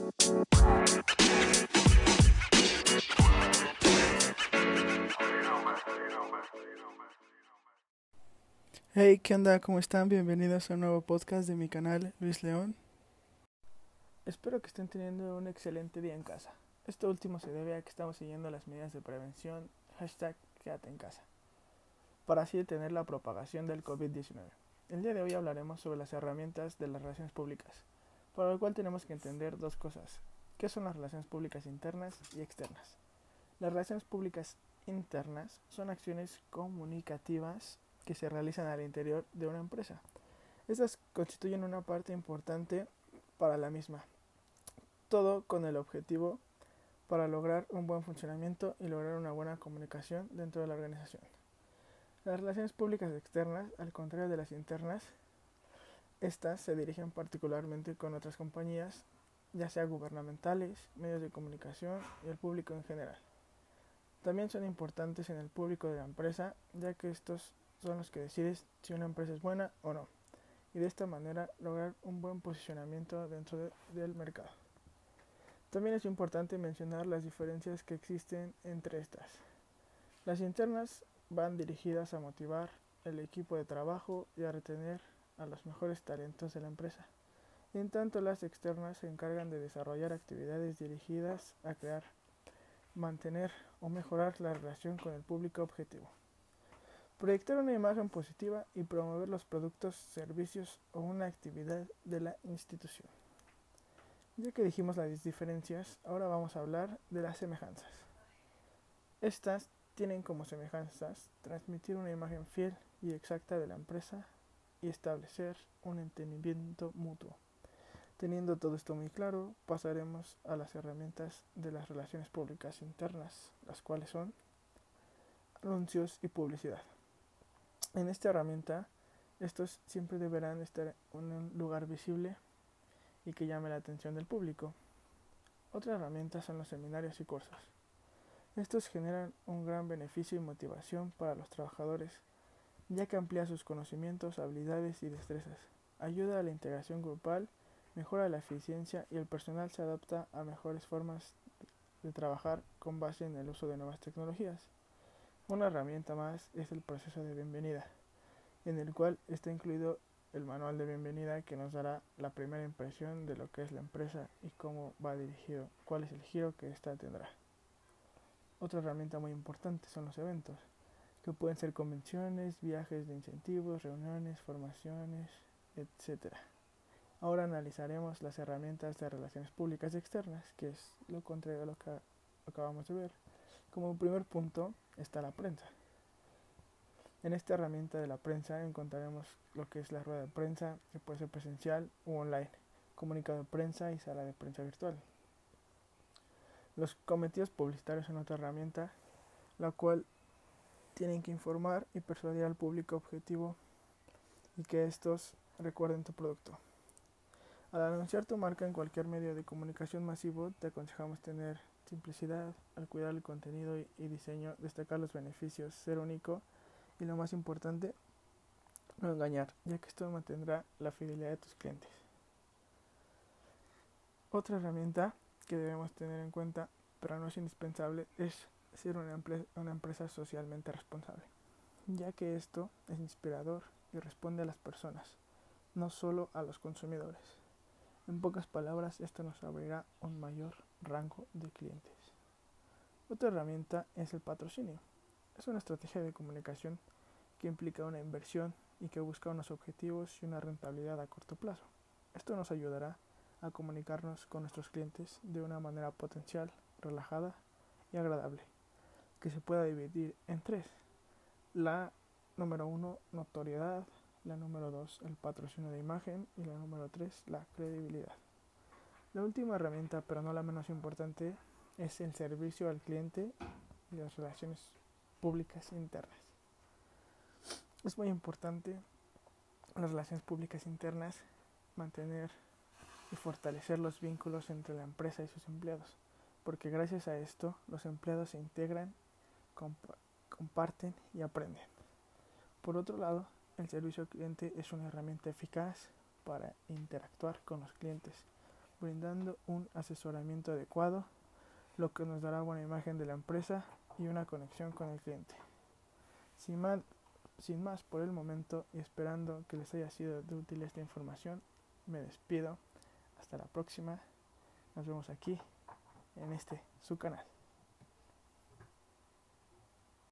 Hey, ¿qué onda? ¿Cómo están? Bienvenidos a un nuevo podcast de mi canal, Luis León. Espero que estén teniendo un excelente día en casa. Esto último se debe a que estamos siguiendo las medidas de prevención, #quédate en casa, para así detener la propagación del COVID-19. El día de hoy hablaremos sobre las herramientas de las relaciones públicas, para lo cual tenemos que entender dos cosas. ¿Qué son las relaciones públicas internas y externas? Las relaciones públicas internas son acciones comunicativas que se realizan al interior de una empresa. Estas constituyen una parte importante para la misma, todo con el objetivo para lograr un buen funcionamiento y lograr una buena comunicación dentro de la organización. Las relaciones públicas externas, al contrario de las internas, estas se dirigen particularmente con otras compañías, ya sea gubernamentales, medios de comunicación y el público en general. También son importantes en el público de la empresa, ya que estos son los que deciden si una empresa es buena o no, y de esta manera lograr un buen posicionamiento dentro del mercado. También es importante mencionar las diferencias que existen entre estas. Las internas van dirigidas a motivar el equipo de trabajo y a retener a los mejores talentos de la empresa. En tanto, las externas se encargan de desarrollar actividades dirigidas a crear, mantener o mejorar la relación con el público objetivo. Proyectar una imagen positiva y promover los productos, servicios o una actividad de la institución. Ya que dijimos las diferencias, ahora vamos a hablar de las semejanzas. Estas tienen como semejanzas transmitir una imagen fiel y exacta de la empresa y establecer un entendimiento mutuo. Teniendo todo esto muy claro, pasaremos a las herramientas de las relaciones públicas internas, las cuales son anuncios y publicidad. En esta herramienta, estos siempre deberán estar en un lugar visible y que llame la atención del público. Otra herramienta son los seminarios y cursos. Estos generan un gran beneficio y motivación para los trabajadores, ya que amplía sus conocimientos, habilidades y destrezas, ayuda a la integración grupal, mejora la eficiencia y el personal se adapta a mejores formas de trabajar con base en el uso de nuevas tecnologías. Una herramienta más es el proceso de bienvenida, en el cual está incluido el manual de bienvenida que nos dará la primera impresión de lo que es la empresa y cómo va dirigido, cuál es el giro que ésta tendrá. Otra herramienta muy importante son los eventos, que pueden ser convenciones, viajes de incentivos, reuniones, formaciones, etc. Ahora analizaremos las herramientas de relaciones públicas externas, que es lo contrario a lo que acabamos de ver. Como primer punto está la prensa. En esta herramienta de la prensa encontraremos lo que es la rueda de prensa, que puede ser presencial u online, comunicado de prensa y sala de prensa virtual. Los cometidos publicitarios son otra herramienta, la cual tienen que informar y persuadir al público objetivo y que estos recuerden tu producto. Al anunciar tu marca en cualquier medio de comunicación masivo, te aconsejamos tener simplicidad, al cuidar el contenido y diseño, destacar los beneficios, ser único y lo más importante, no engañar, ya que esto mantendrá la fidelidad de tus clientes. Otra herramienta que debemos tener en cuenta, pero no es indispensable, es ser una empresa socialmente responsable, ya que esto es inspirador y responde a las personas, no solo a los consumidores. En pocas palabras, esto nos abrirá un mayor rango de clientes. Otra herramienta es el patrocinio. Es una estrategia de comunicación que implica una inversión y que busca unos objetivos y una rentabilidad a corto plazo. Esto nos ayudará a comunicarnos con nuestros clientes de una manera potencial, relajada y agradable, que se pueda dividir en tres. La número 1, notoriedad; la número 2, el patrocinio de imagen; y la número 3, la credibilidad. La última herramienta, pero no la menos importante, es el servicio al cliente y las relaciones públicas internas. Es muy importante en las relaciones públicas internas mantener y fortalecer los vínculos entre la empresa y sus empleados, porque gracias a esto los empleados se integran, comparten y aprenden. Por otro lado, el servicio al cliente es una herramienta eficaz para interactuar con los clientes, brindando un asesoramiento adecuado, lo que nos dará buena imagen de la empresa y una conexión con el cliente. Sin más por el momento y esperando que les haya sido de útil esta información, me despido. Hasta la próxima. Nos vemos aquí en su canal.